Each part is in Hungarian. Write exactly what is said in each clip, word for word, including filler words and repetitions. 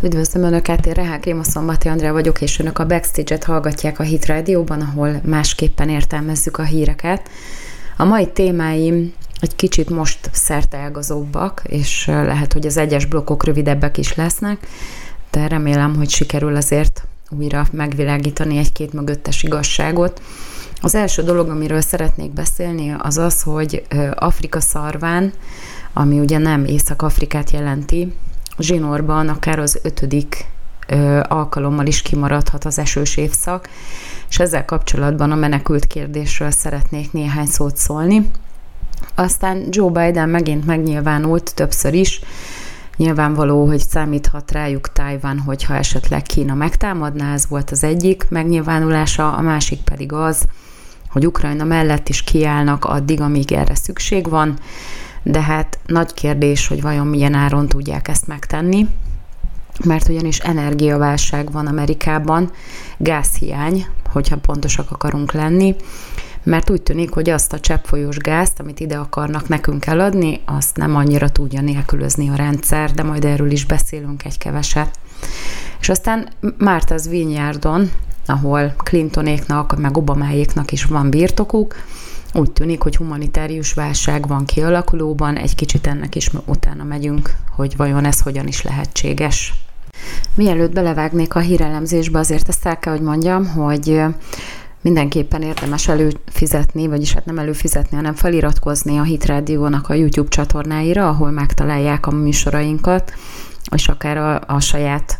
Üdvözlöm Önöket, én Rehák Réma Szombati Andrea vagyok, és Önök a Backstage-et hallgatják a Hit Rádióban, ahol másképpen értelmezzük a híreket. A mai témáim egy kicsit most szerteágazóbbak, és lehet, hogy az egyes blokkok rövidebbek is lesznek, de remélem, hogy sikerül azért újra megvilágítani egy-két mögöttes igazságot. Az első dolog, amiről szeretnék beszélni, az az, hogy Afrika szarván, ami ugye nem Észak-Afrikát jelenti, zsinórban akár az ötödik ö, alkalommal is kimaradhat az esős évszak, és ezzel kapcsolatban a menekült kérdésről szeretnék néhány szót szólni. Aztán Joe Biden megint megnyilvánult többször is, nyilvánvaló, hogy számíthat rájuk Tajvan, hogyha esetleg Kína megtámadná, ez volt az egyik megnyilvánulása, a másik pedig az, hogy Ukrajna mellett is kiállnak addig, amíg erre szükség van, de hát nagy kérdés, hogy vajon milyen áron tudják ezt megtenni, mert ugyanis energiaválság van Amerikában, gázhiány, hogyha pontosak akarunk lenni, mert úgy tűnik, hogy azt a cseppfolyós gázt, amit ide akarnak nekünk eladni, azt nem annyira tudja nélkülözni a rendszer, de majd erről is beszélünk egy keveset. És aztán Martha's Vineyardon, ahol Clintonéknak, meg Obamáéknak is van birtokuk, úgy tűnik, hogy humanitárius válság van kialakulóban, egy kicsit ennek is utána megyünk, hogy vajon ez hogyan is lehetséges. Mielőtt belevágnék a hírelemzésbe, azért ezt el kell, hogy mondjam, hogy mindenképpen érdemes előfizetni, vagyis hát nem előfizetni, hanem feliratkozni a Hit Rádiónak a YouTube csatornáira, ahol megtalálják a műsorainkat, és akár a, a saját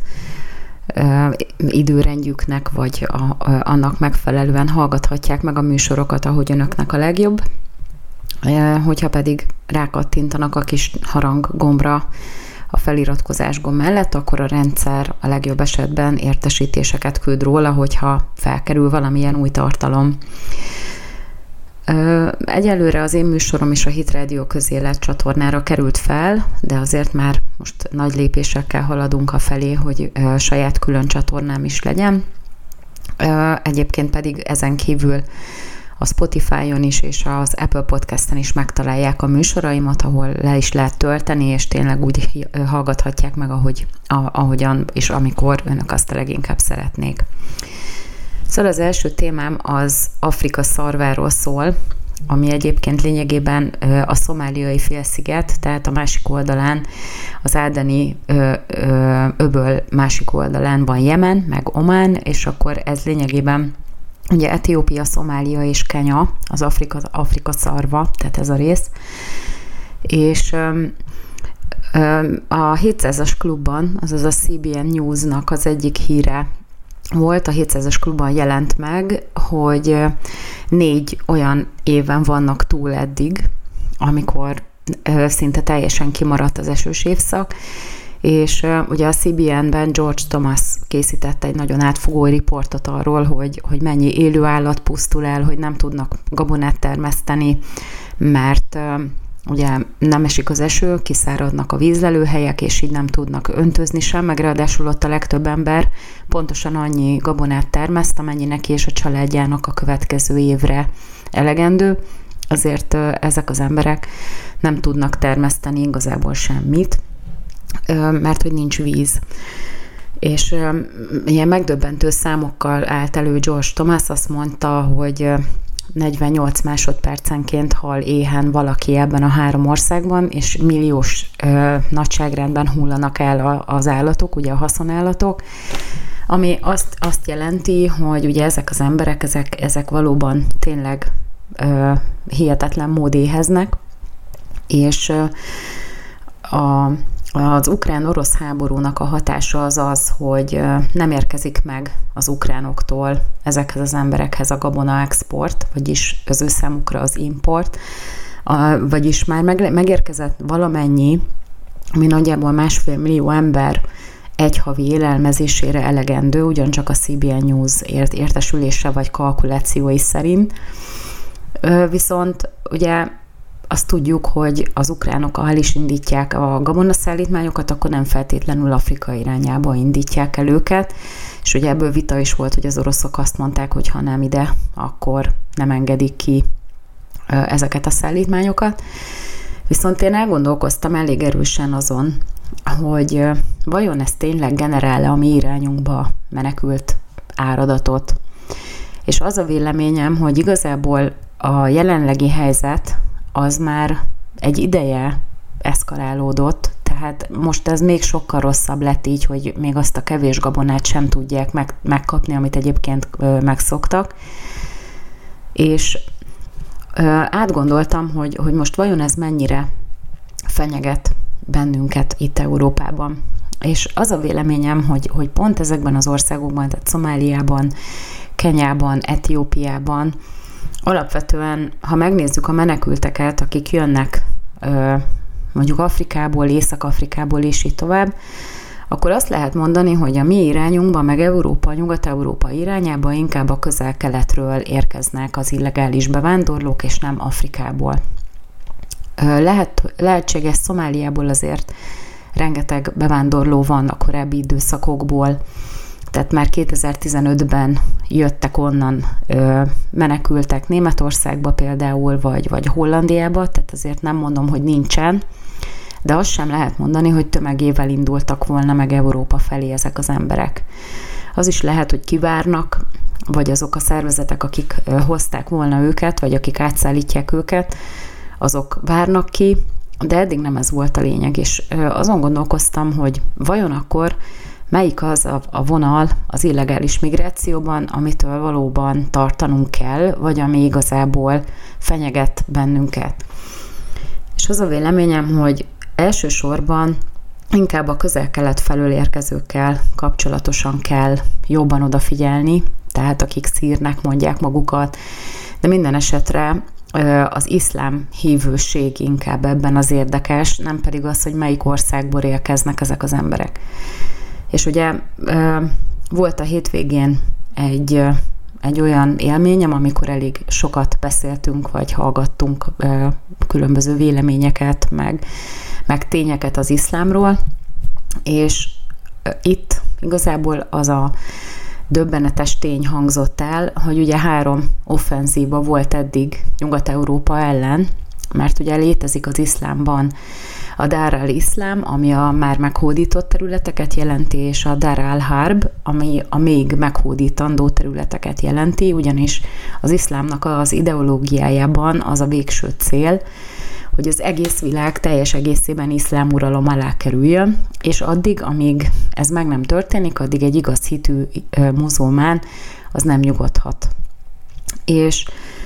Uh, időrendjünknek, vagy a, a, annak megfelelően hallgathatják meg a műsorokat, ahogy önöknek a legjobb. Uh, hogyha pedig rákattintanak a kis harang gombra a feliratkozás gomb mellett, akkor a rendszer a legjobb esetben értesítéseket küld róla, hogyha felkerül valamilyen új tartalom. Egyelőre az én műsorom is a Hit Rádió közélet csatornára került fel, de azért már most nagy lépésekkel haladunk afelé, hogy saját külön csatornám is legyen. Egyébként pedig ezen kívül a Spotify-on is és az Apple Podcast-en is megtalálják a műsoraimat, ahol le is lehet tölteni, és tényleg úgy hallgathatják meg, ahogy, ahogyan és amikor önök azt leginkább szeretnék. Szóval az első témám az Afrika szarváról szól, ami egyébként lényegében a szomáliai félsziget, tehát a másik oldalán, az Ádeni öböl másik oldalán van Jemen, meg Omán, és akkor ez lényegében ugye Etiópia, Szomália és Kenya, az Afrika, Afrika szarva, tehát ez a rész, és a hétszázas klubban, azaz a cé bé en News-nak az egyik híre volt, a hétszázas klubban jelent meg, hogy négy olyan éven vannak túl eddig, amikor szinte teljesen kimaradt az esős évszak, és ugye a cé bé en-ben George Thomas készített egy nagyon átfogó riportot arról, hogy, hogy mennyi élőállat pusztul el, hogy nem tudnak gabonát termeszteni, mert ugye nem esik az eső, kiszáradnak a vízlelőhelyek, és így nem tudnak öntözni sem, meg ráadásul ott a legtöbb ember pontosan annyi gabonát termeszt, amennyi neki és a családjának a következő évre elegendő. Azért ezek az emberek nem tudnak termeszteni igazából semmit, mert hogy nincs víz. És ilyen megdöbbentő számokkal állt elő George Thomas, azt mondta, hogy negyvennyolc másodpercenként hal éhen valaki ebben a három országban, és milliós ö, nagyságrendben hullanak el a, az állatok, ugye a haszonállatok, ami azt, azt jelenti, hogy ugye ezek az emberek, ezek, ezek valóban tényleg ö, hihetetlen mód éheznek, és ö, a Az ukrán-orosz háborúnak a hatása az az, hogy nem érkezik meg az ukránoktól ezekhez az emberekhez a gabona export, vagyis az ő számukra az import, vagyis már megérkezett valamennyi, ami nagyjából másfél millió ember egy havi élelmezésére elegendő, ugyancsak a cé bé en News ért, értesülése vagy kalkulációi szerint. Viszont ugye azt tudjuk, hogy az ukránok, ha el is indítják a gabonaszállítmányokat, akkor nem feltétlenül Afrika irányába indítják el őket, és ugye ebből vita is volt, hogy az oroszok azt mondták, hogy ha nem ide, akkor nem engedik ki ezeket a szállítmányokat. Viszont én elgondolkoztam elég erősen azon, hogy vajon ez tényleg generál-e a mi irányunkba menekült áradatot. És az a véleményem, hogy igazából a jelenlegi helyzet az már egy ideje eszkalálódott, tehát most ez még sokkal rosszabb lett így, hogy még azt a kevés gabonát sem tudják meg, megkapni, amit egyébként ö, megszoktak. És ö, átgondoltam, hogy, hogy most vajon ez mennyire fenyeget bennünket itt Európában. És az a véleményem, hogy, hogy pont ezekben az országokban, tehát Szomáliában, Kenyában, Etiópiában, alapvetően, ha megnézzük a menekülteket, akik jönnek ö, mondjuk Afrikából, Észak-Afrikából és így tovább, akkor azt lehet mondani, hogy a mi irányunkban, meg Európa, Nyugat-Európa irányába inkább a közel-keletről érkeznek az illegális bevándorlók, és nem Afrikából. Lehet, lehetséges Szomáliából azért rengeteg bevándorló van a korábbi időszakokból, tehát már kétezer-tizenötben jöttek onnan, ö, menekültek Németországba például, vagy, vagy Hollandiába, tehát azért nem mondom, hogy nincsen, de azt sem lehet mondani, hogy tömegével indultak volna meg Európa felé ezek az emberek. Az is lehet, hogy kivárnak, vagy azok a szervezetek, akik ö, hozták volna őket, vagy akik átszállítják őket, azok várnak ki, de eddig nem ez volt a lényeg, és ö, azon gondolkoztam, hogy vajon akkor melyik az a, a vonal az illegális migrációban, amitől valóban tartanunk kell, vagy ami igazából fenyeget bennünket. És az a véleményem, hogy elsősorban inkább a közel-kelet felől érkezőkkel kapcsolatosan kell jobban odafigyelni, tehát akik szírnek mondják magukat, de minden esetre az iszlám hívőség inkább ebben az érdekes, nem pedig az, hogy melyik országból érkeznek ezek az emberek. És ugye volt a hétvégén egy, egy olyan élményem, amikor elég sokat beszéltünk, vagy hallgattunk különböző véleményeket, meg, meg tényeket az iszlámról, és itt igazából az a döbbenetes tény hangzott el, hogy ugye három offenzíva volt eddig Nyugat-Európa ellen, mert ugye létezik az iszlámban a Dar al-Iszlám, ami a már meghódított területeket jelenti, és a Dar al-Harb, ami a még meghódítandó területeket jelenti, ugyanis az iszlámnak az ideológiájában az a végső cél, hogy az egész világ teljes egészében iszlám uralom alá kerüljön, és addig, amíg ez meg nem történik, addig egy igaz hitű muzulmán az nem nyugodhat. És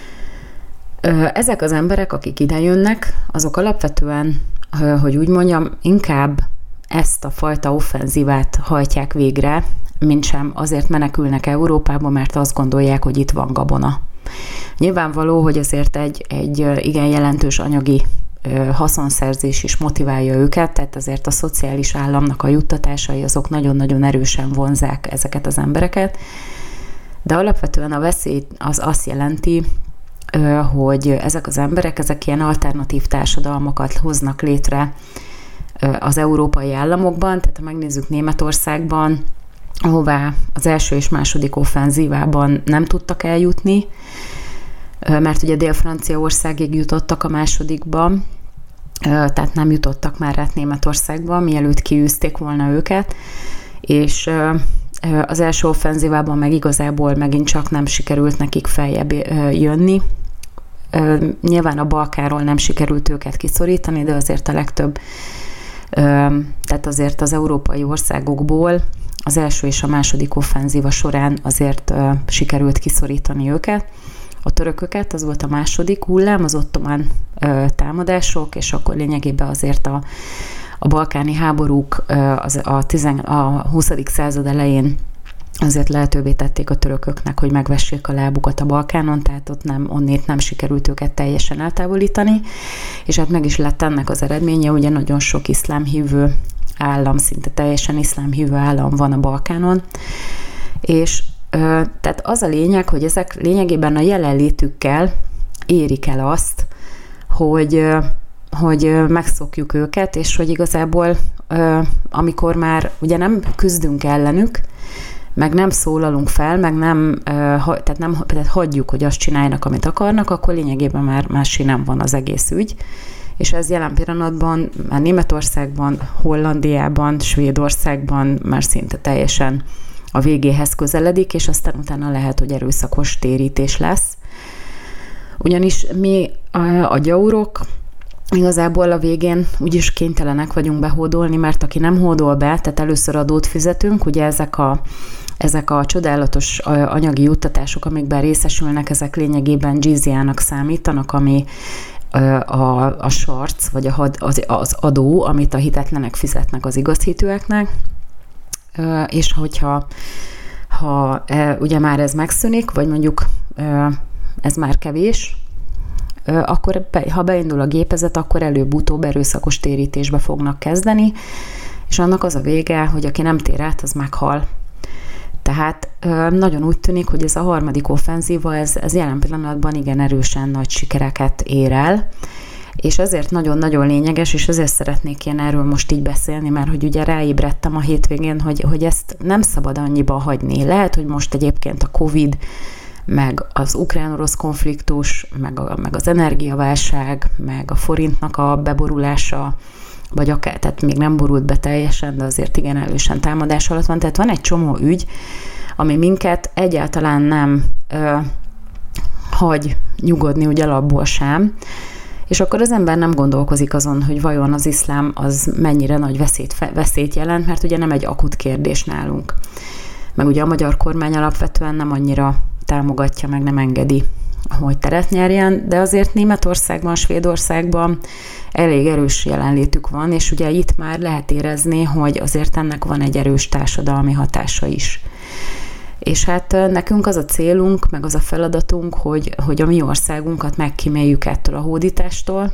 ezek az emberek, akik idejönnek, azok alapvetően, hogy úgy mondjam, inkább ezt a fajta offenzívát hajtják végre, mint sem azért menekülnek Európába, mert azt gondolják, hogy itt van gabona. Nyilvánvaló, hogy azért egy, egy igen jelentős anyagi haszonszerzés is motiválja őket, tehát azért a szociális államnak a juttatásai azok nagyon-nagyon erősen vonzzák ezeket az embereket, de alapvetően a veszély az azt jelenti, hogy ezek az emberek, ezek ilyen alternatív társadalmakat hoznak létre az európai államokban, tehát ha megnézzük Németországban, ahová az első és második offenzívában nem tudtak eljutni, mert ugye Dél-Franciaországig jutottak a másodikban, tehát nem jutottak már át Németországba, mielőtt kiűzték volna őket, és az első offenzívában meg igazából megint csak nem sikerült nekik feljebb jönni. Nyilván a Balkánról nem sikerült őket kiszorítani, de azért a legtöbb, tehát azért az európai országokból az első és a második offenzíva során azért sikerült kiszorítani őket. A törököket, az volt a második hullám, az ottomán támadások, és akkor lényegében azért a, a balkáni háborúk az a, tizen, a huszadik század elején azért lehetővé tették a törököknek, hogy megvessék a lábukat a Balkánon, tehát ott nem, onnét nem sikerült őket teljesen eltávolítani, és hát meg is lett ennek az eredménye, ugye nagyon sok iszlámhívő állam, szinte teljesen iszlámhívő állam van a Balkánon, és tehát az a lényeg, hogy ezek lényegében a jelenlétükkel érik el azt, hogy, hogy megszokjuk őket, és hogy igazából amikor már ugye nem küzdünk ellenük, meg nem szólalunk fel, meg nem, tehát nem tehát hagyjuk, hogy azt csináljanak, amit akarnak, akkor lényegében már másé nem van az egész ügy, és ez jelen pillanatban már Németországban, Hollandiában, Svédországban már szinte teljesen a végéhez közeledik, és aztán utána lehet, hogy erőszakos térítés lesz. Ugyanis mi a, a gyaurok igazából a végén úgyis kénytelenek vagyunk behódolni, mert aki nem hódol be, tehát először adót fizetünk, ugye ezek a, ezek a csodálatos anyagi juttatások, amikben részesülnek, ezek lényegében dzsíziának számítanak, ami a, a sarc, vagy a, az, az adó, amit a hitetlenek fizetnek az igazhitűeknek, és hogyha ha, ugye már ez megszűnik, vagy mondjuk ez már kevés, akkor ha beindul a gépezet, akkor előbb-utóbb erőszakos térítésbe fognak kezdeni, és annak az a vége, hogy aki nem tér át, az meghal. Tehát nagyon úgy tűnik, hogy ez a harmadik offenzíva, ez, ez jelen pillanatban igen erősen nagy sikereket ér el, és ezért nagyon-nagyon lényeges, és ezért szeretnék én erről most így beszélni, mert hogy ugye ráébredtem a hétvégén, hogy, hogy ezt nem szabad annyiba hagyni. Lehet, hogy most egyébként a Covid, meg az ukrán-orosz konfliktus, meg, a, meg az energiaválság, meg a forintnak a beborulása, vagy akár, tehát még nem borult be teljesen, de azért igen erősen támadás alatt van. Tehát van egy csomó ügy, ami minket egyáltalán nem ö, hagy nyugodni úgy alapból sem, és akkor az ember nem gondolkozik azon, hogy vajon az iszlám az mennyire nagy veszélyt, veszélyt jelent, mert ugye nem egy akut kérdés nálunk. Meg ugye a magyar kormány alapvetően nem annyira támogatja, meg nem engedi, hogy teret nyerjen, de azért Németországban, Svédországban elég erős jelenlétük van, és ugye itt már lehet érezni, hogy azért ennek van egy erős társadalmi hatása is. És hát nekünk az a célunk, meg az a feladatunk, hogy, hogy a mi országunkat megkíméljük ettől a hódítástól,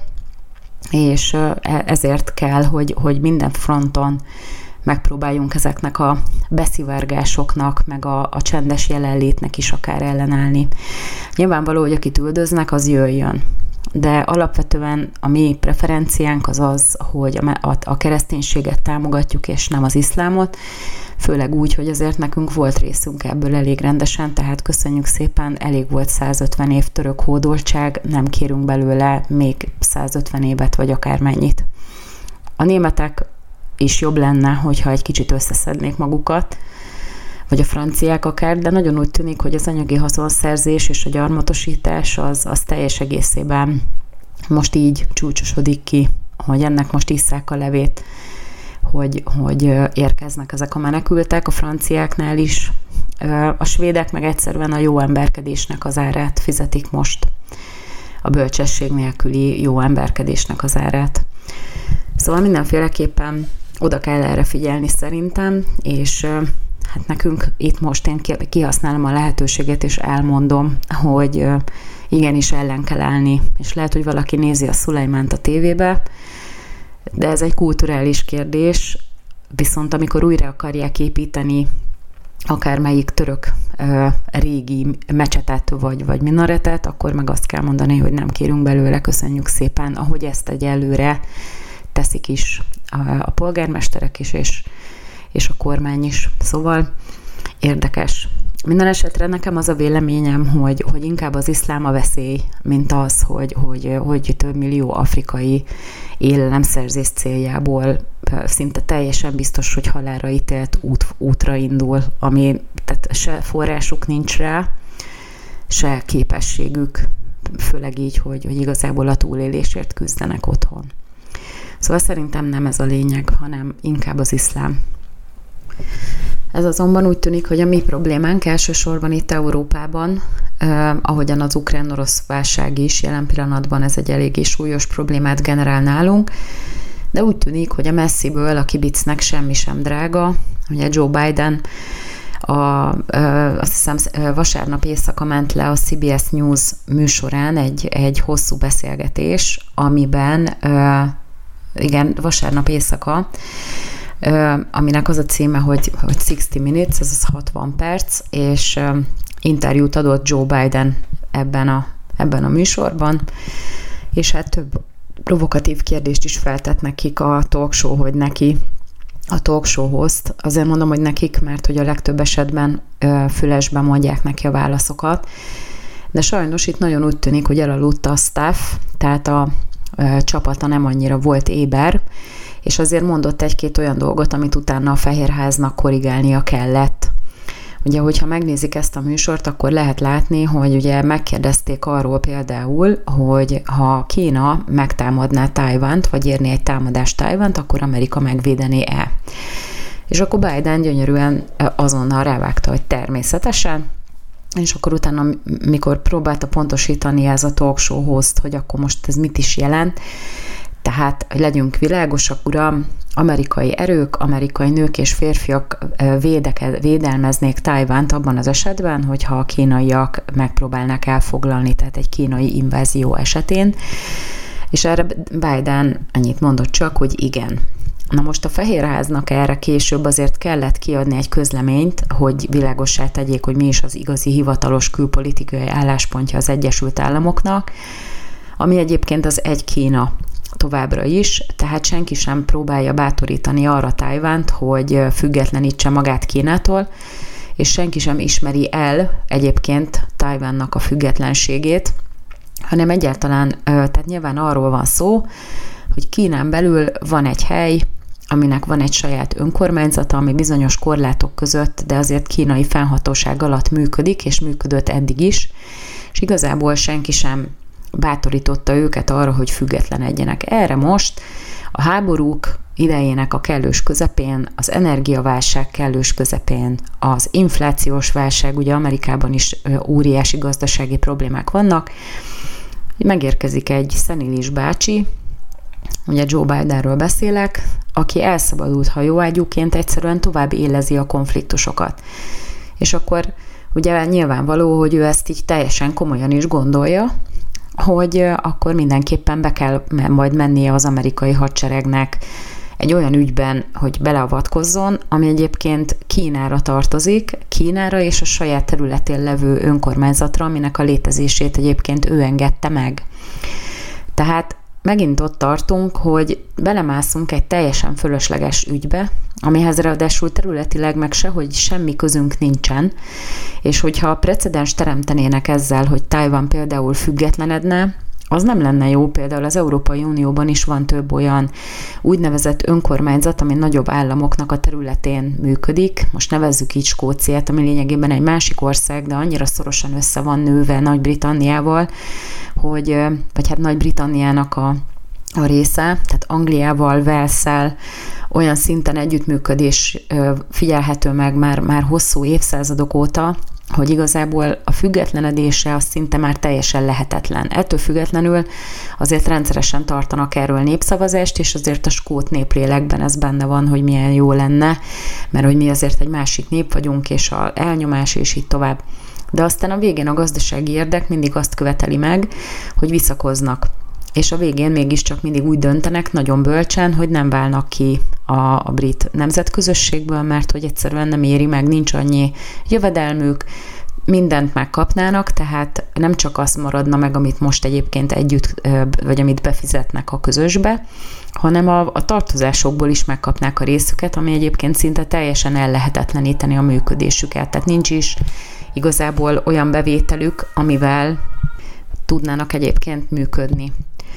és ezért kell, hogy, hogy minden fronton megpróbáljunk ezeknek a beszivárgásoknak, meg a, a csendes jelenlétnek is akár ellenállni. Nyilvánvaló, hogy akit üldöznek, az jöjjön. De alapvetően a mi preferenciánk az az, hogy a, a, a kereszténységet támogatjuk, és nem az iszlámot, főleg úgy, hogy azért nekünk volt részünk ebből elég rendesen, tehát köszönjük szépen, elég volt százötven év török hódoltság, nem kérünk belőle még százötven évet, vagy akármennyit. A németek is jobb lenne, hogyha egy kicsit összeszednék magukat, vagy a franciák akár, de nagyon úgy tűnik, hogy az anyagi haszonszerzés és a gyarmatosítás az, az teljes egészében most így csúcsosodik ki, hogy ennek most isszák a levét, hogy, hogy érkeznek ezek a menekültek, a franciáknál is. A svédek meg egyszerűen a jó emberkedésnek az árát fizetik most, a bölcsesség nélküli jó emberkedésnek az árát. Szóval mindenféleképpen oda kell erre figyelni szerintem, és hát nekünk itt most én kihasználom a lehetőséget, és elmondom, hogy igenis ellen kell állni. És lehet, hogy valaki nézi a Szulejmánt a tévébe, de ez egy kulturális kérdés, viszont amikor újra akarják építeni akármelyik török ö, régi mecsetet vagy, vagy minaretet, akkor meg azt kell mondani, hogy nem kérünk belőle, köszönjük szépen, ahogy ezt egyelőre teszik is a, a polgármesterek is, és, és a kormány is. Szóval érdekes. Minden esetre nekem az a véleményem, hogy, hogy inkább az iszlám a veszély, mint az, hogy, hogy, hogy több millió afrikai élelemszerzés céljából szinte teljesen biztos, hogy halálra ítélt út, útra indul, ami tehát se forrásuk nincs rá, se képességük, főleg így, hogy, hogy igazából a túlélésért küzdenek otthon. Szóval szerintem nem ez a lényeg, hanem inkább az iszlám. Ez azonban úgy tűnik, hogy a mi problémánk elsősorban itt Európában, eh, ahogyan az ukrán-orosz válság is jelen pillanatban ez egy eléggé súlyos problémát generál nálunk, de úgy tűnik, hogy a messziből a kibicnek semmi sem drága. Ugye Joe Biden a, eh, azt hiszem vasárnap éjszaka ment le a cé bé es News műsorán egy, egy hosszú beszélgetés, amiben eh, igen, vasárnap éjszaka, aminek az a címe, hogy, hogy hatvan minutes, ez az hatvan perc, és interjút adott Joe Biden ebben a, ebben a műsorban, és hát több provokatív kérdést is feltett nekik a talk show, hogy neki a talk show host. Azért mondom, hogy nekik, mert hogy a legtöbb esetben fülesben mondják neki a válaszokat, de sajnos itt nagyon úgy tűnik, hogy elaludta a staff, tehát a csapata nem annyira volt éber, és azért mondott egy-két olyan dolgot, amit utána a Fehérháznak korrigálnia kellett. Ugye, hogyha megnézik ezt a műsort, akkor lehet látni, hogy ugye megkérdezték arról például, hogy ha Kína megtámadná Tajvant, vagy érné egy támadást Tajvant, akkor Amerika megvédené-e. És akkor Biden gyönyörűen azonnal rávágta, hogy természetesen, és akkor utána, mikor próbálta pontosítani ez a talk show host, hogy akkor most ez mit is jelent, tehát, hogy legyünk világosak, uram, amerikai erők, amerikai nők és férfiak védeke, védelmeznék Tajvant abban az esetben, hogyha a kínaiak megpróbálnak elfoglalni, tehát egy kínai invázió esetén, és erre Biden annyit mondott csak, hogy igen. Na most a Fehérháznak erre később azért kellett kiadni egy közleményt, hogy világossá tegyék, hogy mi is az igazi hivatalos külpolitikai álláspontja az Egyesült Államoknak, ami egyébként az egy Kína továbbra is, tehát senki sem próbálja bátorítani arra Tajvant, hogy függetlenítse magát Kínától, és senki sem ismeri el egyébként Tajvannak a függetlenségét, hanem egyáltalán, tehát nyilván arról van szó, hogy Kínán belül van egy hely, aminek van egy saját önkormányzata, ami bizonyos korlátok között, de azért kínai fennhatóság alatt működik, és működött eddig is, és igazából senki sem bátorította őket arra, hogy függetlenedjenek. Erre most a háborúk idejének a kellős közepén, az energiaválság kellős közepén, az inflációs válság, ugye Amerikában is óriási gazdasági problémák vannak, megérkezik egy szenilis bácsi, ugye Joe Bidenről beszélek, aki elszabadult hajóágyúként egyszerűen tovább élezi a konfliktusokat. És akkor ugye nyilvánvaló, hogy ő ezt így teljesen komolyan is gondolja, hogy akkor mindenképpen be kell majd mennie az amerikai hadseregnek egy olyan ügyben, hogy beleavatkozzon, ami egyébként Kínára tartozik, Kínára és a saját területén levő önkormányzatra, aminek a létezését egyébként ő engedte meg. Tehát megint ott tartunk, hogy belemászunk egy teljesen fölösleges ügybe, amihez ráadásul területileg meg sehogy semmi közünk nincsen, és hogyha precedens teremtenének ezzel, hogy Tajvan például függetlenedne, az nem lenne jó, például az Európai Unióban is van több olyan úgynevezett önkormányzat, ami nagyobb államoknak a területén működik. Most nevezzük így Skóciát, ami lényegében egy másik ország, de annyira szorosan össze van nőve Nagy-Britanniával, hogy, vagy hát Nagy-Britanniának a, a része, tehát Angliával, Walesszel olyan szinten együttműködés figyelhető meg már, már hosszú évszázadok óta, hogy igazából a függetlenedése az szinte már teljesen lehetetlen. Ettől függetlenül azért rendszeresen tartanak erről népszavazást, és azért a skót néplélekben ez benne van, hogy milyen jó lenne, mert hogy mi azért egy másik nép vagyunk, és a elnyomás, és így tovább. De aztán a végén a gazdasági érdek mindig azt követeli meg, hogy visszakoznak. És a végén mégiscsak mindig úgy döntenek, nagyon bölcsen, hogy nem válnak ki a, a brit nemzetközösségből, mert hogy egyszerűen nem éri meg, nincs annyi jövedelmük, mindent megkapnának, tehát nem csak az maradna meg, amit most egyébként együtt, vagy amit befizetnek a közösbe, hanem a, a tartozásokból is megkapnák a részüket, ami egyébként szinte teljesen ellehetetleníteni a működésüket. Tehát nincs is igazából olyan bevételük, amivel tudnának egyébként működni.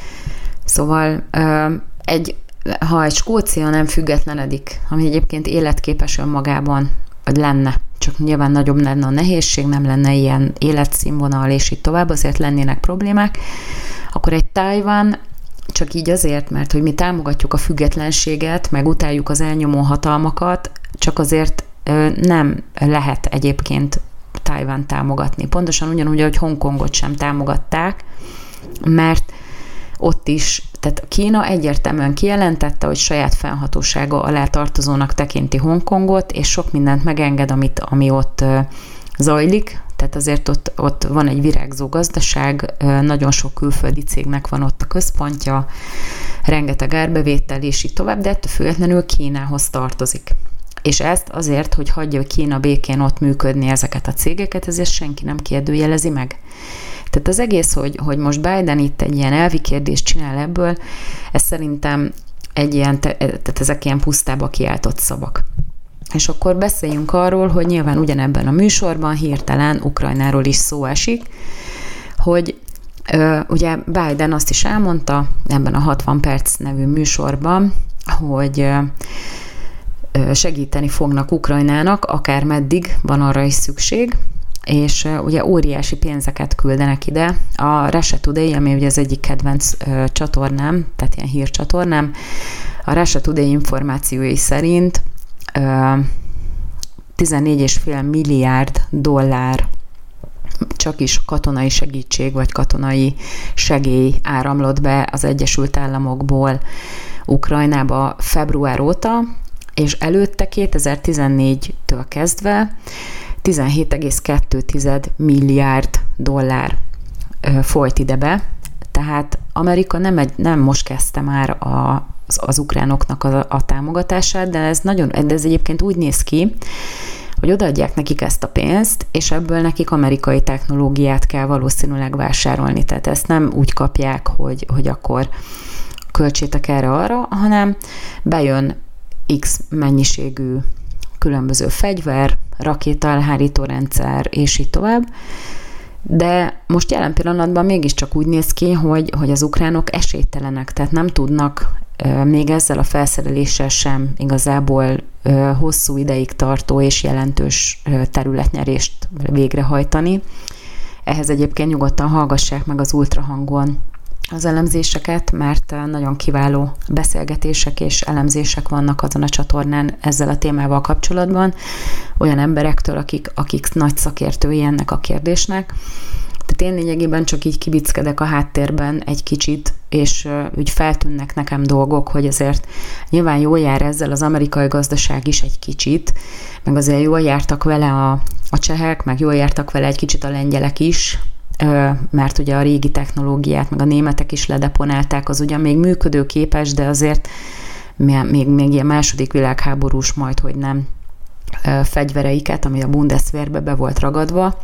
Szóval egy, ha egy Skócia nem függetlenedik, ami egyébként életképes önmagában, vagy lenne, csak nyilván nagyobb lenne a nehézség, nem lenne ilyen életszínvonal, és így tovább, azért lennének problémák, akkor egy Tajvan csak így azért, mert hogy mi támogatjuk a függetlenséget, meg utáljuk az elnyomó hatalmakat, csak azért nem lehet egyébként Tajvan támogatni. Pontosan ugyanúgy, ahogy Hongkongot sem támogatták, mert ott is, tehát Kína egyértelműen kijelentette, hogy saját fennhatósága alá tartozónak tekinti Hongkongot, és sok mindent megenged, amit, ami ott zajlik, tehát azért ott, ott van egy virágzó gazdaság, nagyon sok külföldi cégnek van ott a központja, rengeteg árbevétel, és így tovább, de ettől függetlenül Kínához tartozik. És ezt azért, hogy hagyja Kína békén ott működni ezeket a cégeket, ezért senki nem kérdőjelezi meg. Tehát az egész, hogy, hogy most Biden itt egy ilyen elvi kérdést csinál ebből, ez szerintem egy ilyen, tehát ezek ilyen pusztába kiáltott szavak. És akkor beszéljünk arról, hogy nyilván ugyanebben a műsorban hirtelen Ukrajnáról is szó esik, hogy Ugye Biden azt is elmondta ebben a hatvan perc nevű műsorban, hogy segíteni fognak Ukrajnának, akár meddig van arra is szükség, és ugye óriási pénzeket küldenek ide. A Russia Today, ami ugye az egyik kedvenc csatornám, tehát ilyen hírcsatornám, a Russia Today információi szerint tizennégy egész öt milliárd dollár csak is katonai segítség, vagy katonai segély áramlott be az Egyesült Államokból Ukrajnába február óta, és előtte kétezer-tizennégytől kezdve tizenhét egész kettő milliárd dollár folyt ide be, tehát Amerika nem, egy, nem most kezdte már a, az, az ukránoknak a, a támogatását, de ez, nagyon, de ez egyébként úgy néz ki, hogy odaadják nekik ezt a pénzt, és ebből nekik amerikai technológiát kell valószínűleg vásárolni. Tehát ezt nem úgy kapják, hogy, hogy akkor költsétek erre arra, hanem bejön X mennyiségű különböző fegyver, rakétaelhárító rendszer, és így tovább. De most jelen pillanatban mégiscsak úgy néz ki, hogy, hogy az ukránok esélytelenek, tehát nem tudnak még ezzel a felszereléssel sem igazából hosszú ideig tartó és jelentős területnyerést végrehajtani. Ehhez egyébként nyugodtan hallgassák meg az ultrahangon az elemzéseket, mert nagyon kiváló beszélgetések és elemzések vannak azon a csatornán ezzel a témával kapcsolatban, olyan emberektől, akik, akik nagy szakértői ennek a kérdésnek. Tehát én lényegében csak így kibickedek a háttérben egy kicsit, és úgy feltűnnek nekem dolgok, hogy azért nyilván jól jár ezzel az amerikai gazdaság is egy kicsit, meg azért jól jártak vele a, a csehek, meg jól jártak vele egy kicsit a lengyelek is, mert ugye a régi technológiát, meg a németek is ledeponálták, az ugyan még működőképes, de azért még, még ilyen második világháborús majd, hogy nem fegyvereiket, ami a Bundeswehrbe be volt ragadva.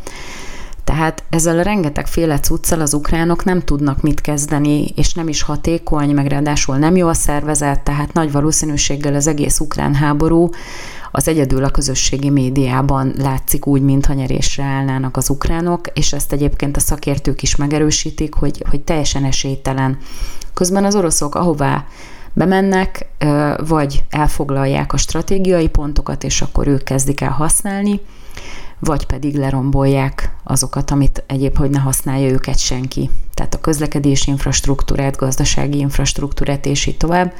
Tehát ezzel a rengetegféle cuccal az ukránok nem tudnak mit kezdeni, és nem is hatékony, meg ráadásul nem jól szervezett, tehát nagy valószínűséggel az egész ukrán háború az egyedül a közösségi médiában látszik úgy, mintha nyerésre állnának az ukránok, és ezt egyébként a szakértők is megerősítik, hogy, hogy teljesen esélytelen. Közben az oroszok ahová bemennek, vagy elfoglalják a stratégiai pontokat, és akkor ők kezdik el használni, vagy pedig lerombolják azokat, amit egyéb, hogy ne használja őket senki. Tehát a közlekedési infrastruktúrát, gazdasági infrastruktúrát, és így tovább.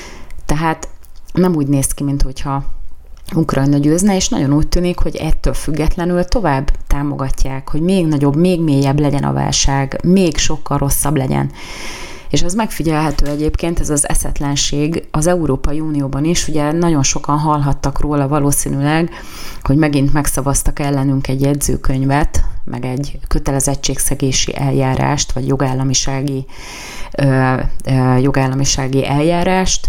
Tehát nem úgy néz ki, minthogyha Ukrajna győzne, és nagyon úgy tűnik, hogy ettől függetlenül tovább támogatják, hogy még nagyobb, még mélyebb legyen a válság, még sokkal rosszabb legyen. És az megfigyelhető egyébként, ez az eszetlenség az Európai Unióban is, ugye nagyon sokan hallhattak róla valószínűleg, hogy megint megszavaztak ellenünk egy jegyzőkönyvet, meg egy kötelezettségszegési eljárást, vagy jogállamisági, ö, ö, jogállamisági eljárást,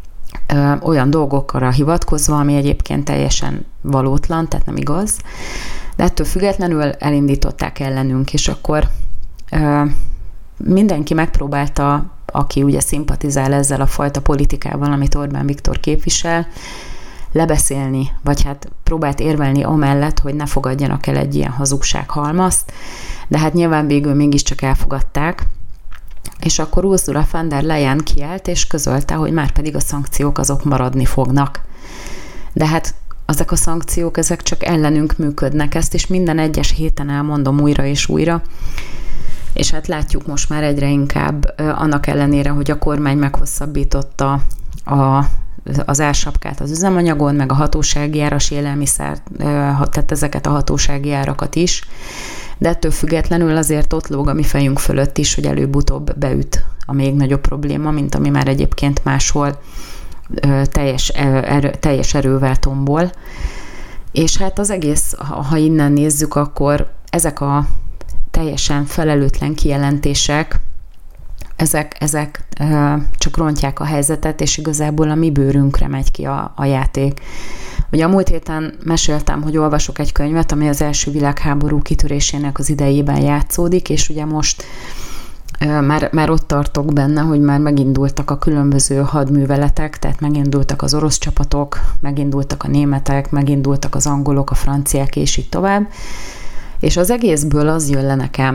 ö, olyan dolgokra hivatkozva, ami egyébként teljesen valótlan, tehát nem igaz, de ettől függetlenül elindították ellenünk, és akkor ö, mindenki megpróbálta, aki ugye szimpatizál ezzel a fajta politikával, amit Orbán Viktor képvisel, lebeszélni, vagy hát próbált érvelni amellett, hogy ne fogadjanak el egy ilyen hazugsághalmazt, de hát nyilván végül mégiscsak elfogadták, és akkor Ursula von der Leyen kiállt, és közölte, hogy már pedig a szankciók azok maradni fognak. De hát ezek a szankciók, ezek csak ellenünk működnek, ezt is minden egyes héten elmondom újra és újra, és hát látjuk most már egyre inkább, annak ellenére, hogy a kormány meghosszabbította a, az ársapkát az üzemanyagon, meg a hatósági áras élelmiszer, tehát ezeket a hatósági árakat is, de ettől függetlenül azért ott lóg a mi fejünk fölött is, hogy előbb-utóbb beüt a még nagyobb probléma, mint ami már egyébként máshol teljes, erő, teljes erővel tombol. És hát az egész, ha innen nézzük, akkor ezek a teljesen felelőtlen kijelentések, ezek, ezek uh, csak rontják a helyzetet, és igazából a mi bőrünkre megy ki a, a játék. Ugye a múlt héten meséltem, hogy olvasok egy könyvet, ami az első világháború kitörésének az idejében játszódik, és ugye most uh, már, már ott tartok benne, hogy már megindultak a különböző hadműveletek, tehát megindultak az orosz csapatok, megindultak a németek, megindultak az angolok, a franciák, és így tovább. És az egészből az jön le nekem,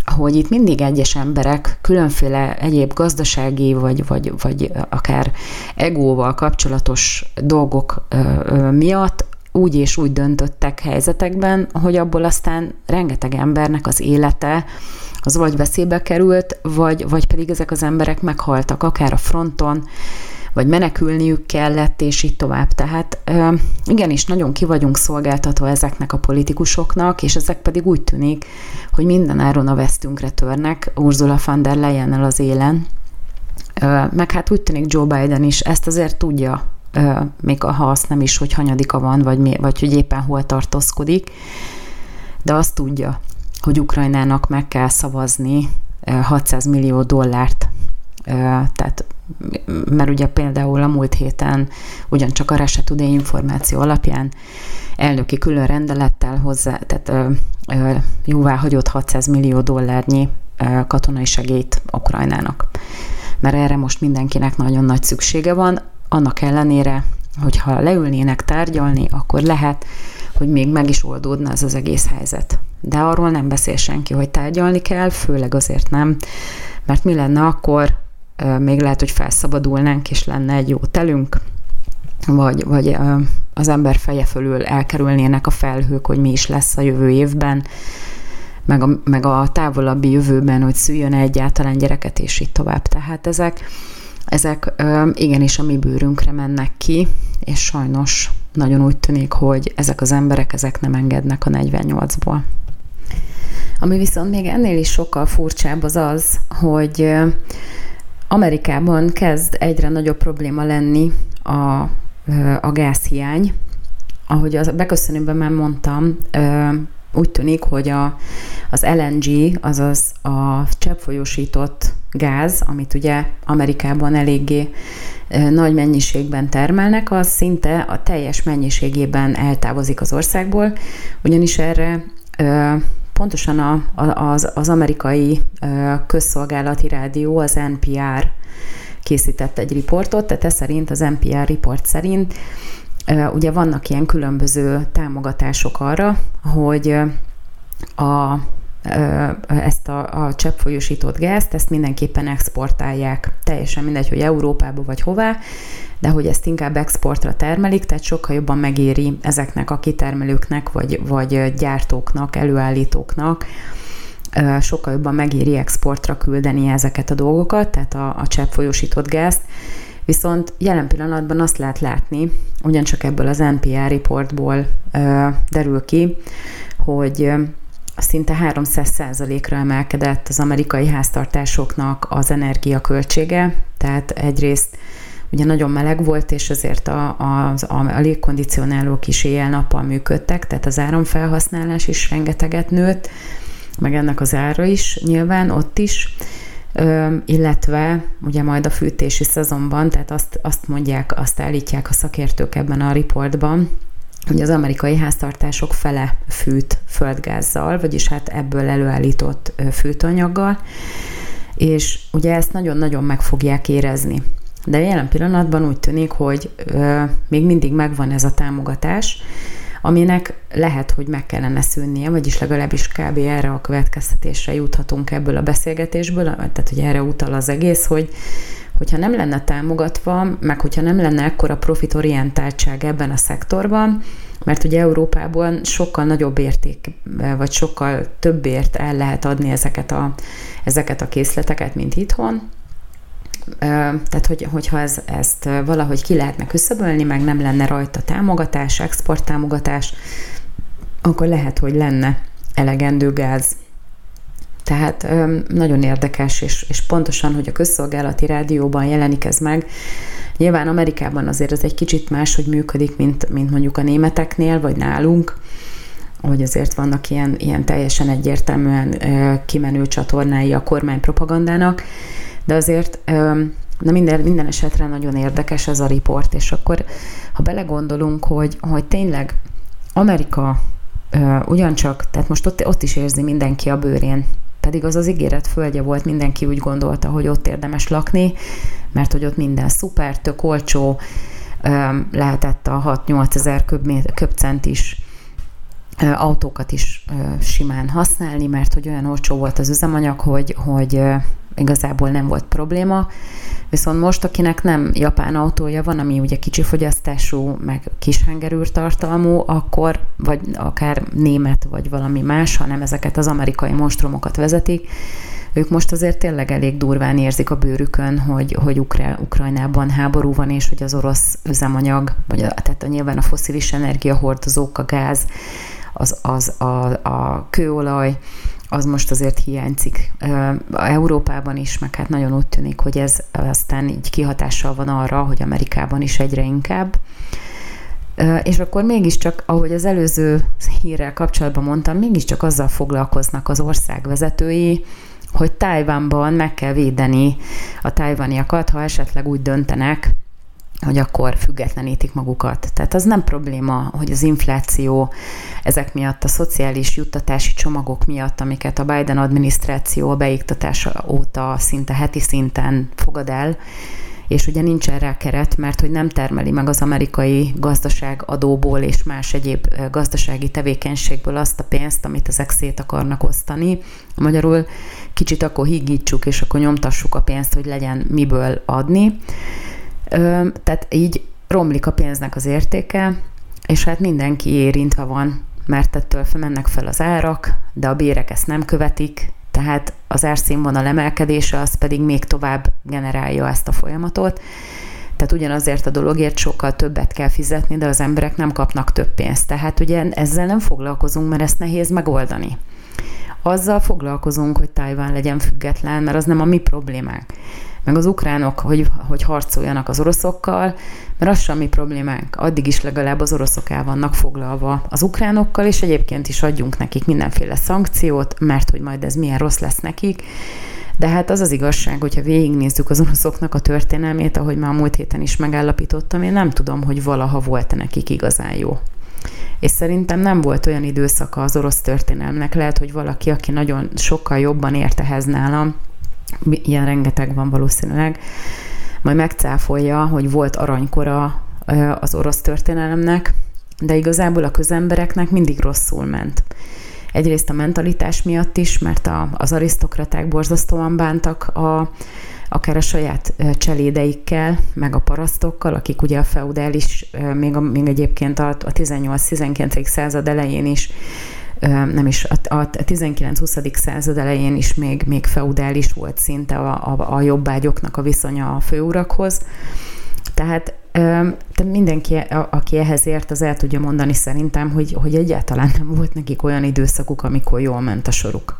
hogy itt mindig egyes emberek különféle egyéb gazdasági, vagy, vagy, vagy akár egóval kapcsolatos dolgok miatt úgy és úgy döntöttek helyzetekben, hogy abból aztán rengeteg embernek az élete az vagy veszélybe került, vagy, vagy pedig ezek az emberek meghaltak, akár a fronton, vagy menekülniük kellett, és így tovább. Tehát igenis, nagyon ki vagyunk szolgáltatva ezeknek a politikusoknak, és ezek pedig úgy tűnik, hogy mindenáron a vesztünkre törnek, Ursula von der Leyennel az élen. Meg hát úgy tűnik Joe Biden is ezt azért tudja, még ha azt nem is, hogy hanyadika van, vagy, vagy hogy éppen hol tartózkodik, de azt tudja, hogy Ukrajnának meg kell szavazni hatszáz millió dollárt. Tehát, mert ugye például a múlt héten ugyancsak a Russia Today információ alapján elnöki külön rendelettel hozzá, tehát jóvá hagyott hatszáz millió dollárnyi katonai segélyt Ukrajnának. Mert erre most mindenkinek nagyon nagy szüksége van, annak ellenére, hogyha leülnének tárgyalni, akkor lehet, hogy még meg is oldódna ez az egész helyzet. De arról nem beszél senki, hogy tárgyalni kell, főleg azért nem, mert mi lenne akkor, még lehet, hogy felszabadulnánk, és lenne egy jó telünk, vagy, vagy az ember feje fölül elkerülnének a felhők, hogy mi is lesz a jövő évben, meg a, meg a távolabbi jövőben, hogy szüljön egyáltalán gyereket, és így tovább. Tehát ezek, ezek igenis a mi bőrünkre mennek ki, és sajnos nagyon úgy tűnik, hogy ezek az emberek, ezek nem engednek a negyvennyolcból. Ami viszont még ennél is sokkal furcsább az az, hogy Amerikában kezd egyre nagyobb probléma lenni a, a gázhiány. Ahogy a beköszönőben már mondtam, úgy tűnik, hogy a, az el en gé, azaz a cseppfolyósított gáz, amit ugye Amerikában eléggé nagy mennyiségben termelnek, az szinte a teljes mennyiségében eltávozik az országból, ugyanis erre pontosan a, az, az amerikai közszolgálati rádió, az en pé er készített egy riportot, tehát ez szerint, az en pé er riport szerint ugye vannak ilyen különböző támogatások arra, hogy a, ezt a, a cseppfolyósított gázt, ezt mindenképpen exportálják. Teljesen mindegy, hogy Európába vagy hová, de hogy ezt inkább exportra termelik, tehát sokkal jobban megéri ezeknek a kitermelőknek, vagy, vagy gyártóknak, előállítóknak, sokkal jobban megéri exportra küldeni ezeket a dolgokat, tehát a, a cseppfolyósított gázt. Viszont jelen pillanatban azt lehet látni, ugyancsak ebből az en pé er riportból ö, derül ki, hogy szinte háromszáz százalékra emelkedett az amerikai háztartásoknak az energiaköltsége, tehát egyrészt ugye nagyon meleg volt, és ezért a, a, a légkondicionálók is éjjel-nappal működtek, tehát az áramfelhasználás is rengeteget nőtt, meg ennek az ára is nyilván ott is, Ö, illetve ugye majd a fűtési szezonban, tehát azt, azt mondják, azt állítják a szakértők ebben a riportban, hogy az amerikai háztartások fele fűt földgázzal, vagyis hát ebből előállított fűtőanyaggal, és ugye ezt nagyon-nagyon meg fogják érezni. De jelen pillanatban úgy tűnik, hogy ö, még mindig megvan ez a támogatás, aminek lehet, hogy meg kellene szűnnie, vagyis legalábbis kb. Erre a következtetésre juthatunk ebből a beszélgetésből, tehát hogy erre utal az egész, hogy hogyha nem lenne támogatva, meg hogyha nem lenne ekkora profitorientáltság ebben a szektorban, mert ugye Európában sokkal nagyobb érték, vagy sokkal többért el lehet adni ezeket a, ezeket a készleteket, mint itthon. Tehát, hogy, hogyha ez, ezt valahogy ki lehetne küszöbölni, meg nem lenne rajta támogatás, exporttámogatás, akkor lehet, hogy lenne elegendő gáz. Tehát nagyon érdekes, és, és pontosan, hogy a közszolgálati rádióban jelenik ez meg. Nyilván Amerikában azért ez egy kicsit máshogy működik, mint, mint mondjuk a németeknél, vagy nálunk, hogy azért vannak ilyen, ilyen teljesen egyértelműen kimenő csatornái a kormánypropagandának, de azért na minden, minden esetre nagyon érdekes ez a riport, és akkor, ha belegondolunk, hogy, hogy tényleg Amerika ugyancsak, tehát most ott, ott is érzi mindenki a bőrén, pedig az az ígéret földje volt, mindenki úgy gondolta, hogy ott érdemes lakni, mert hogy ott minden szuper, tök olcsó, lehetett a hat-nyolc ezer köbcent is autókat is simán használni, mert hogy olyan olcsó volt az üzemanyag, hogy, hogy igazából nem volt probléma. Viszont most, akinek nem japán autója van, ami ugye kicsi fogyasztású, meg kis hengerűrtartalmú, akkor, vagy akár német, vagy valami más, hanem ezeket az amerikai monstrumokat vezetik, ők most azért tényleg elég durván érzik a bőrükön, hogy, hogy Ukra- Ukrajnában háború van, és hogy az orosz üzemanyag, vagy a, tehát a, nyilván a fosszilis energiahordozók, a gáz, az, az a, a kőolaj, az most azért hiányzik Európában is, meg hát nagyon úgy tűnik, hogy ez aztán így kihatással van arra, hogy Amerikában is egyre inkább. És akkor mégiscsak, ahogy az előző hírrel kapcsolatban mondtam, mégiscsak azzal foglalkoznak az ország vezetői, hogy Tajvanban meg kell védeni a tajvaniakat, ha esetleg úgy döntenek, hogy akkor függetlenítik magukat. Tehát az nem probléma, hogy az infláció ezek miatt, a szociális juttatási csomagok miatt, amiket a Biden adminisztráció a beiktatása óta szinte heti szinten fogad el, és ugye nincsen rá keret, mert hogy nem termeli meg az amerikai gazdaság adóból és más egyéb gazdasági tevékenységből azt a pénzt, amit ezek szét akarnak osztani. Magyarul kicsit akkor hígítsuk, és akkor nyomtassuk a pénzt, hogy legyen miből adni. Tehát így romlik a pénznek az értéke, és hát mindenki érintve van, mert ettől mennek fel az árak, de a bérek ezt nem követik, tehát az árszínvonal emelkedése az pedig még tovább generálja ezt a folyamatot. Tehát ugyanazért a dologért sokkal többet kell fizetni, de az emberek nem kapnak több pénzt. Tehát ugye ezzel nem foglalkozunk, mert ezt nehéz megoldani. Azzal foglalkozunk, hogy Tajvan legyen független, mert az nem a mi problémánk. Meg az ukránok, hogy, hogy harcoljanak az oroszokkal, mert az sem mi problémánk. Addig is legalább az oroszok el vannak foglalva az ukránokkal, és egyébként is adjunk nekik mindenféle szankciót, mert hogy majd ez milyen rossz lesz nekik. De hát az az igazság, hogyha végignézzük az oroszoknak a történelmét, ahogy már a múlt héten is megállapítottam, én nem tudom, hogy valaha volt-e nekik igazán jó. És szerintem nem volt olyan időszaka az orosz történelmnek. Lehet, hogy valaki, aki nagyon sokkal jobban ért ehhez nálam, ilyen rengeteg van valószínűleg, majd megcáfolja, hogy volt aranykora az orosz történelemnek, de igazából a közembereknek mindig rosszul ment. Egyrészt a mentalitás miatt is, mert a, az arisztokraták borzasztóan bántak a, akár a saját cselédeikkel, meg a parasztokkal, akik ugye a feudális, még, a, még egyébként a, a tizennyolc-tizenkilencedik század elején is, nem is, a, a tizenkilenc-huszadik század elején is még, még feudális volt szinte a, a, a jobbágyoknak a viszonya a főurakhoz. Tehát, tehát mindenki, aki ehhez ért, az el tudja mondani szerintem, hogy, hogy egyáltalán nem volt nekik olyan időszakuk, amikor jól ment a soruk.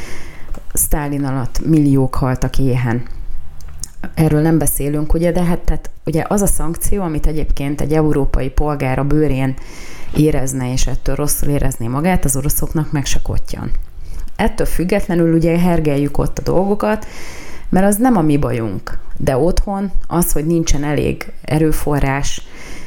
Sztálin alatt milliók haltak éhen. Erről nem beszélünk, ugye, de hát tehát, ugye az a szankció, amit egyébként egy európai polgár a bőrén érezne, és ettől rosszul érezné magát, az oroszoknak meg se kottyan. Ettől függetlenül ugye hergeljük ott a dolgokat, mert az nem a mi bajunk. De otthon az, hogy nincsen elég erőforrás,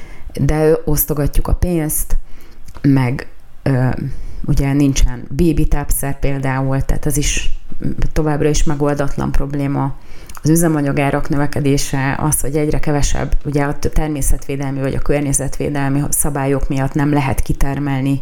de osztogatjuk a pénzt, meg ö, ugye nincsen bébitápszer például, tehát ez is továbbra is megoldatlan probléma. Az üzemanyagárak növekedése, az, hogy egyre kevesebb, ugye a természetvédelmi vagy a környezetvédelmi szabályok miatt nem lehet kitermelni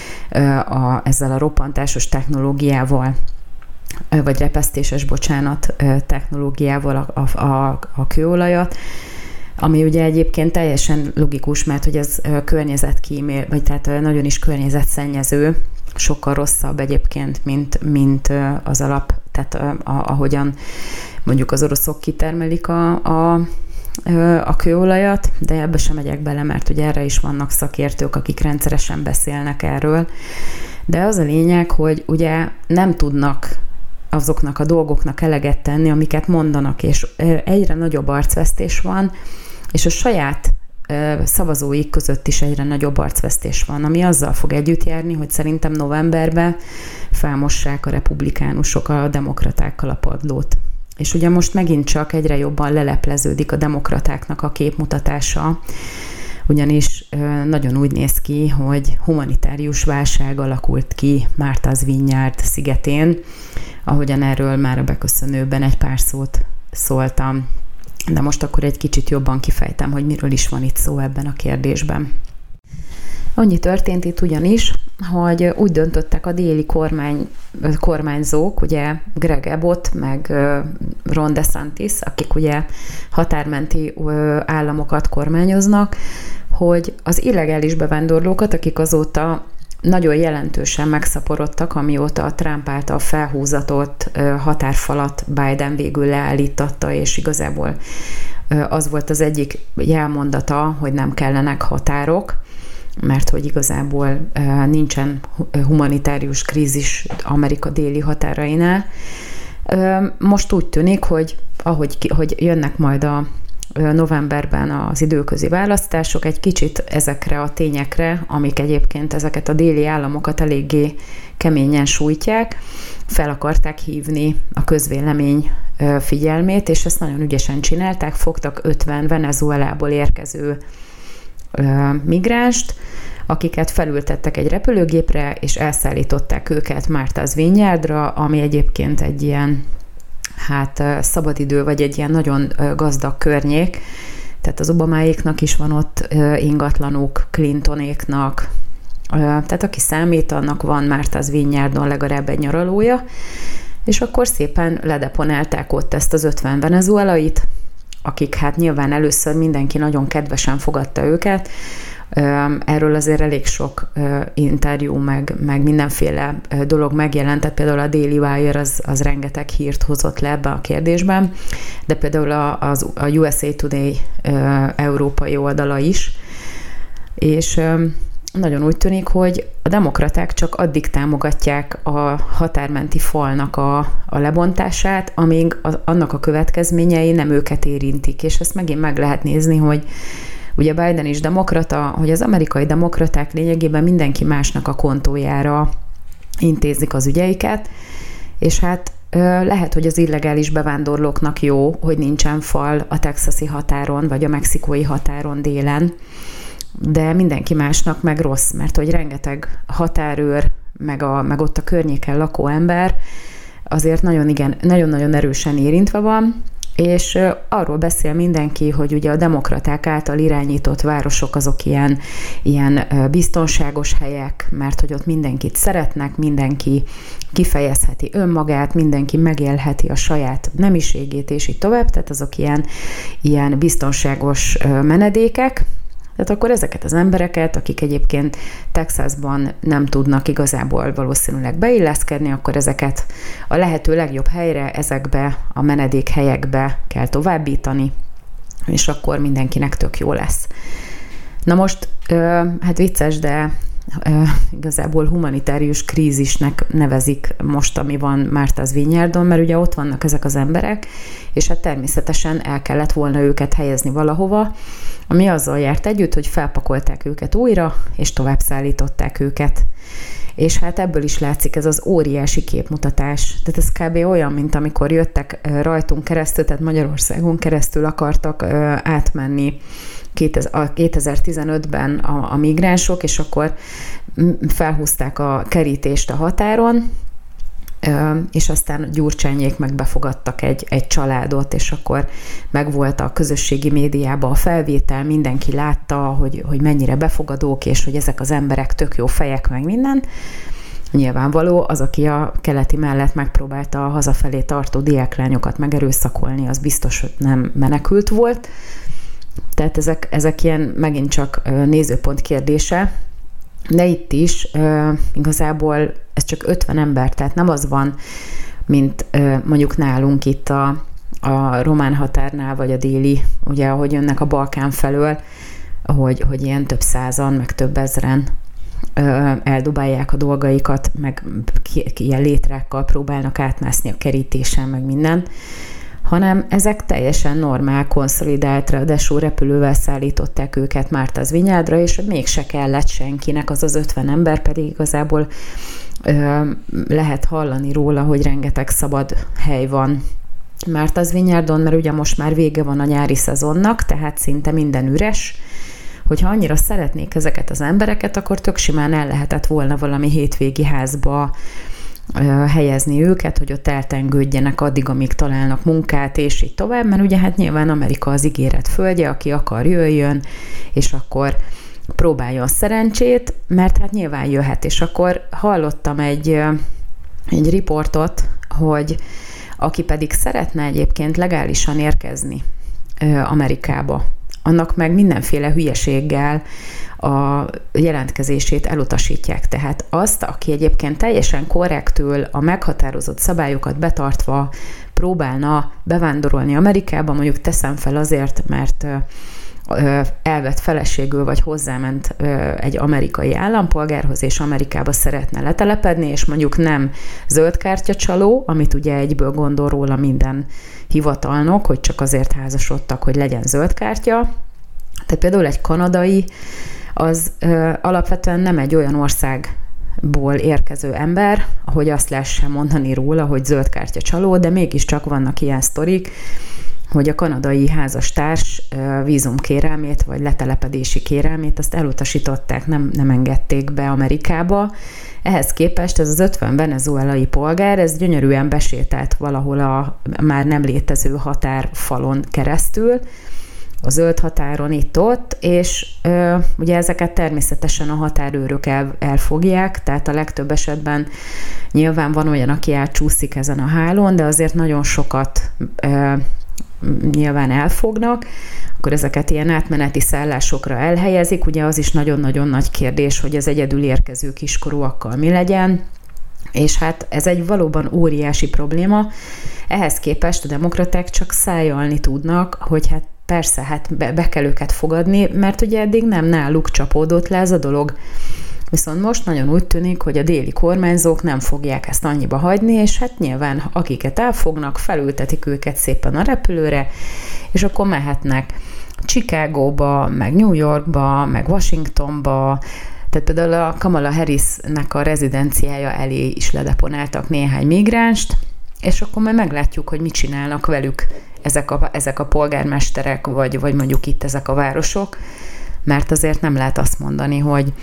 a, ezzel a roppantásos technológiával, vagy repesztéses, bocsánat, technológiával a, a, a kőolajat, ami ugye egyébként teljesen logikus, mert hogy ez környezetkímél, vagy tehát nagyon is környezetszennyező, sokkal rosszabb egyébként, mint, mint az alap, tehát ahogyan mondjuk az oroszok kitermelik a, a, a kőolajat, de ebbe sem megyek bele, mert ugye erre is vannak szakértők, akik rendszeresen beszélnek erről. De az a lényeg, hogy ugye nem tudnak azoknak a dolgoknak eleget tenni, amiket mondanak, és egyre nagyobb arcvesztés van, és a saját szavazóik között is egyre nagyobb arcvesztés van, ami azzal fog együtt járni, hogy szerintem novemberben felmossák a republikánusok a demokratákkal a padlót. És ugye most megint csak egyre jobban lelepleződik a demokratáknak a képmutatása, ugyanis nagyon úgy néz ki, hogy humanitárius válság alakult ki Martha's Vineyard szigetén, ahogyan erről már a beköszönőben egy pár szót szóltam. De most akkor egy kicsit jobban kifejtem, hogy miről is van itt szó ebben a kérdésben. Annyi történt itt ugyanis, hogy úgy döntöttek a déli kormány, kormányzók, ugye Greg Abbott, meg Ron DeSantis, akik ugye határmenti államokat kormányoznak, hogy az illegális bevándorlókat, akik azóta nagyon jelentősen megszaporodtak, amióta a Trump által felhúzatott határfalat Biden végül leállítatta, és igazából az volt az egyik jelmondata, hogy nem kellenek határok, mert hogy igazából nincsen humanitárius krízis Amerika déli határainál. Most úgy tűnik, hogy ahogy hogy jönnek majd a novemberben az időközi választások, egy kicsit ezekre a tényekre, amik egyébként ezeket a déli államokat eléggé keményen sújtják, fel akarták hívni a közvélemény figyelmét, és ezt nagyon ügyesen csinálták, fogtak ötven Venezuelából érkező migránst, akiket felültettek egy repülőgépre, és elszállították őket Martha's Vineyardra, ami egyébként egy ilyen hát szabadidő, vagy egy ilyen nagyon gazdag környék, tehát az Obamáéknak is van ott ingatlanuk, Clintonéknak, tehát aki számít, annak van Martha's Vineyardon legalább egy nyaralója, és akkor szépen ledeponálták ott ezt az ötven venezuelait, akik hát nyilván először mindenki nagyon kedvesen fogadta őket. Erről azért elég sok interjú, meg, meg mindenféle dolog megjelent, tehát például a Daily Wire az, az rengeteg hírt hozott le ebbe a kérdésben, de például a, az, a U S A Today európai oldala is, és nagyon úgy tűnik, hogy a demokraták csak addig támogatják a határmenti falnak a, a lebontását, amíg a, annak a következményei nem őket érintik, és ezt megint meg lehet nézni, hogy ugye Biden is demokrata, hogy az amerikai demokraták lényegében mindenki másnak a kontójára intézik az ügyeiket, és hát lehet, hogy az illegális bevándorlóknak jó, hogy nincsen fal a texasi határon, vagy a mexikói határon délen, de mindenki másnak meg rossz, mert hogy rengeteg határőr, meg, a, meg ott a környéken lakó ember azért nagyon igen, nagyon-nagyon erősen érintve van, és arról beszél mindenki, hogy ugye a demokraták által irányított városok azok ilyen, ilyen biztonságos helyek, mert hogy ott mindenkit szeretnek, mindenki kifejezheti önmagát, mindenki megélheti a saját nemiségét, és így tovább, tehát azok ilyen, ilyen biztonságos menedékek. Tehát akkor ezeket az embereket, akik egyébként Texasban nem tudnak igazából valószínűleg beilleszkedni, akkor ezeket a lehető legjobb helyre, ezekbe a menedékhelyekbe kell továbbítani, és akkor mindenkinek tök jó lesz. Na most, hát vicces, de igazából humanitárius krízisnek nevezik most, ami van Martha's Vineyardon, mert ugye ott vannak ezek az emberek, és hát természetesen el kellett volna őket helyezni valahova, ami azzal járt együtt, hogy felpakolták őket újra, és tovább szállították őket. És hát ebből is látszik ez az óriási képmutatás. Tehát ez kb. Olyan, mint amikor jöttek rajtunk keresztül, tehát Magyarországon keresztül akartak átmenni kétezer-tizenötben a, a migránsok, és akkor felhúzták a kerítést a határon, és aztán Gyurcsányék meg befogadtak egy, egy családot, és akkor megvolt a közösségi médiában a felvétel, mindenki látta, hogy, hogy mennyire befogadók, és hogy ezek az emberek tök jó fejek, meg minden. Nyilvánvaló, az, aki a keleti mellett megpróbálta a hazafelé tartó diáklányokat megerőszakolni, az biztos, hogy nem menekült volt. Tehát ezek, ezek ilyen megint csak nézőpont kérdése, de itt is uh, igazából ez csak ötven ember, tehát nem az van, mint uh, mondjuk nálunk itt a, a román határnál, vagy a déli, ugye, ahogy jönnek a Balkán felől, hogy, hogy ilyen több százan, meg több ezren uh, eldobálják a dolgaikat, meg ki, ki, ilyen létrákkal próbálnak átmászni a kerítésen, meg minden, hanem ezek teljesen normál, konszolidált, ráadásul repülővel szállították őket Martha's Vineyardra, és mégse kellett senkinek az az ötven ember, pedig igazából ö, lehet hallani róla, hogy rengeteg szabad hely van Martha's Vineyardon, mert ugye most már vége van a nyári szezonnak, tehát szinte minden üres. Hogyha annyira szeretnék ezeket az embereket, akkor tök simán el lehetett volna valami hétvégi házba helyezni őket, hogy ott eltengődjenek addig, amíg találnak munkát, és így tovább, mert ugye hát nyilván Amerika az ígéret földje, aki akar, jöjjön, és akkor próbáljon szerencsét, mert hát nyilván jöhet. És akkor hallottam egy, egy riportot, hogy aki pedig szeretne egyébként legálisan érkezni Amerikába, annak meg mindenféle hülyeséggel a jelentkezését elutasítják. Tehát azt, aki egyébként teljesen korrektül a meghatározott szabályokat betartva próbálna bevándorolni Amerikába, mondjuk teszem fel azért, mert elvett feleségül, vagy hozzáment egy amerikai állampolgárhoz, és Amerikába szeretne letelepedni, és mondjuk nem zöldkártyacsaló, amit ugye egyből gondol róla minden hivatalnok, hogy csak azért házasodtak, hogy legyen zöldkártya. Tehát például egy kanadai, az ö, alapvetően nem egy olyan országból érkező ember, ahogy azt lehessen mondani róla, hogy zöldkártyacsaló, de mégiscsak vannak ilyen sztorik, hogy a kanadai házastárs vízumkérelmét, vagy letelepedési kérelmét, azt elutasították, nem, nem engedték be Amerikába. Ehhez képest ez az ötven venezuelai polgár, ez gyönyörűen besétált valahol a már nem létező határfalon keresztül, a zöld határon itt-ott, és ö, ugye ezeket természetesen a határőrök el, elfogják, tehát a legtöbb esetben nyilván van olyan, aki átcsúszik ezen a hálón, de azért nagyon sokat ö, nyilván elfognak, akkor ezeket ilyen átmeneti szállásokra elhelyezik. Ugye az is nagyon-nagyon nagy kérdés, hogy az egyedül érkező kiskorúakkal mi legyen, és hát ez egy valóban óriási probléma. Ehhez képest a demokraták csak szájolni tudnak, hogy hát persze, hát be, be kell őket fogadni, mert ugye eddig nem náluk csapódott le ez a dolog. Viszont most nagyon úgy tűnik, hogy a déli kormányzók nem fogják ezt annyiba hagyni, és hát nyilván akiket elfognak, felültetik őket szépen a repülőre, és akkor mehetnek Chicagóba, meg New Yorkba, meg Washingtonba. Tehát például a Kamala Harrisnek a rezidenciája elé is ledeponáltak néhány migránst, és akkor majd meglátjuk, hogy mit csinálnak velük ezek a, ezek a polgármesterek, vagy, vagy mondjuk itt ezek a városok, mert azért nem lehet azt mondani, hogy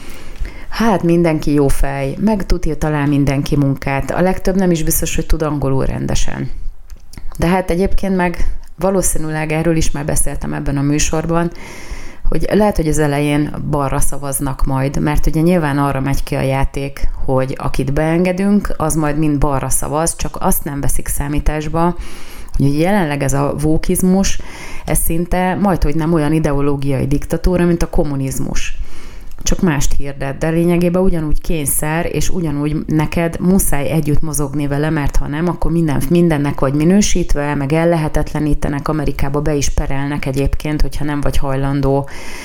hát mindenki jó fej, meg tudja talán mindenki munkát, a legtöbb nem is biztos, hogy tud angolul rendesen. De hát egyébként meg valószínűleg erről is már beszéltem ebben a műsorban, hogy lehet, hogy az elején balra szavaznak majd, mert ugye nyilván arra megy ki a játék, hogy akit beengedünk, az majd mind balra szavaz, csak azt nem veszik számításba, hogy jelenleg ez a vókizmus, ez szinte majdhogy nem olyan ideológiai diktatúra, mint a kommunizmus. Csak mást hirdet, de lényegében ugyanúgy kényszer, és ugyanúgy neked muszáj együtt mozogni vele, mert ha nem, akkor minden, mindennek vagy minősítve, meg ellehetetlenítenek, Amerikába be is perelnek egyébként, hogyha nem vagy hajlandó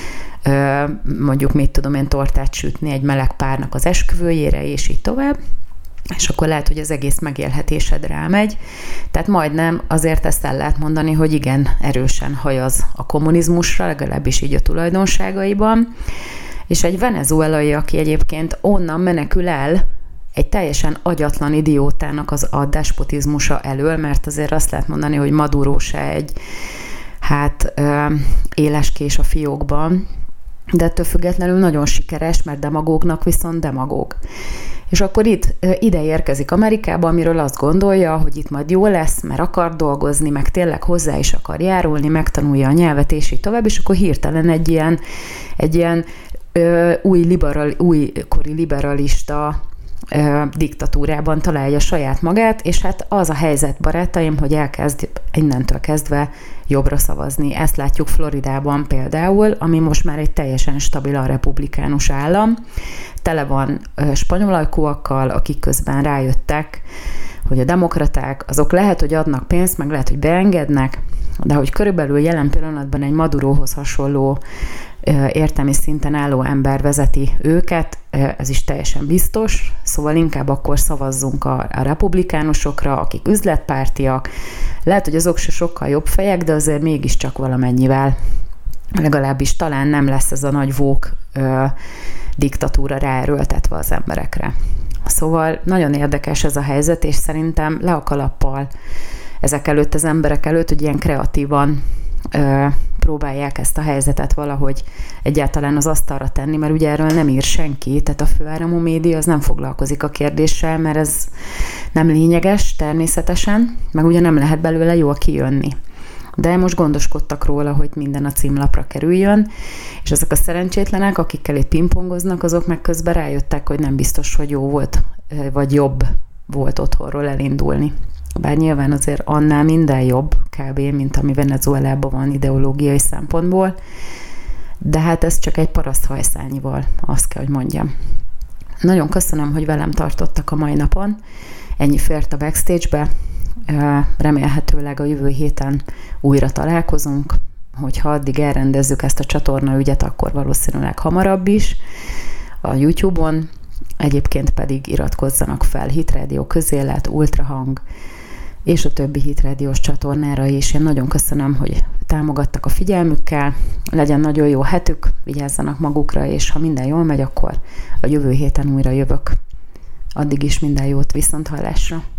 mondjuk, mit tudom én, tortát sütni egy meleg párnak az esküvőjére, és így tovább. És akkor lehet, hogy az egész megélhetésed rámegy. Tehát majdnem azért ezt el lehet mondani, hogy igen, erősen hajaz a kommunizmusra, legalábbis így a tulajdonságaiban. És egy venezuelai, aki egyébként onnan menekül el egy teljesen agyatlan idiótának az a despotizmusa elől, mert azért azt lehet mondani, hogy Maduro se egy hát ö, éles kés a fiókban, de ettől függetlenül nagyon sikeres, mert demagógnak viszont demagóg. És akkor itt ide érkezik Amerikába, amiről azt gondolja, hogy itt majd jó lesz, mert akar dolgozni, meg tényleg hozzá is akar járulni, megtanulja a nyelvet, és így tovább, és akkor hirtelen egy ilyen, egy ilyen ö, új liberal, újkori liberalista ö, diktatúrában találja saját magát, és hát az a helyzet, barátaim, hogy elkezd innentől kezdve jobbra szavazni. Ezt látjuk Floridában például, ami most már egy teljesen stabilan republikánus állam. Tele van spanyolajkúakkal, akik közben rájöttek, hogy a demokraták azok lehet, hogy adnak pénzt, meg lehet, hogy beengednek, de hogy körülbelül jelen pillanatban egy Maduróhoz hasonló értelmi szinten álló ember vezeti őket, ez is teljesen biztos, szóval inkább akkor szavazzunk a, a republikánusokra, akik üzletpártiak, lehet, hogy azok se sokkal jobb fejek, de azért mégiscsak valamennyivel, legalábbis talán nem lesz ez a nagy vók ö, diktatúra ráerőltetve az emberekre. Szóval nagyon érdekes ez a helyzet, és szerintem le a kalappal ezek előtt, az emberek előtt, hogy ilyen kreatívan ö, próbálják ezt a helyzetet valahogy egyáltalán az asztalra tenni, mert ugye erről nem ír senki, tehát a főáramú média az nem foglalkozik a kérdéssel, mert ez nem lényeges természetesen, meg ugye nem lehet belőle jól kijönni. De most gondoskodtak róla, hogy minden a címlapra kerüljön, és ezek a szerencsétlenek, akikkel itt pingpongoznak, azok meg közben rájöttek, hogy nem biztos, hogy jó volt, vagy jobb volt otthonról elindulni. Bár nyilván azért annál minden jobb, kb. Mint ami Venezuelában van ideológiai szempontból, de hát ez csak egy paraszthajszányival, azt kell, hogy mondjam. Nagyon köszönöm, hogy velem tartottak a mai napon. Ennyi fért a Backstage-be. Remélhetőleg a jövő héten újra találkozunk. Hogyha addig elrendezzük ezt a csatorna ügyet, akkor valószínűleg hamarabb is a YouTube-on. Egyébként pedig iratkozzanak fel Hit Radio Közélet, Ultrahang és a többi Hit Radiós csatornára is. Én nagyon köszönöm, hogy támogattak a figyelmükkel. Legyen nagyon jó hetük, vigyázzanak magukra, és ha minden jól megy, akkor a jövő héten újra jövök. Addig is minden jót, viszonthallásra!